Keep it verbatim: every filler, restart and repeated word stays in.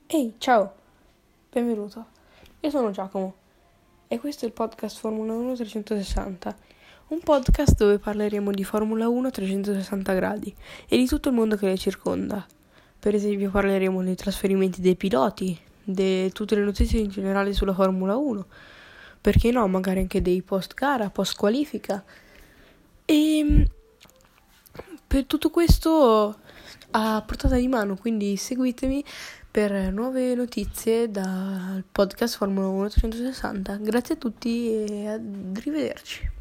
Ehi, ciao, benvenuto. Io sono Giacomo e questo è il podcast Formula uno trecentosessanta, un podcast dove parleremo di Formula uno a trecentosessanta gradi e di tutto il mondo che le circonda. Per esempio parleremo dei trasferimenti dei piloti, di tutte le notizie in generale sulla Formula uno, perché no, magari anche dei post gara, post qualifica. E per tutto questo a portata di mano, quindi seguitemi per nuove notizie dal podcast Formula uno trecentosessanta. Grazie a tutti e arrivederci.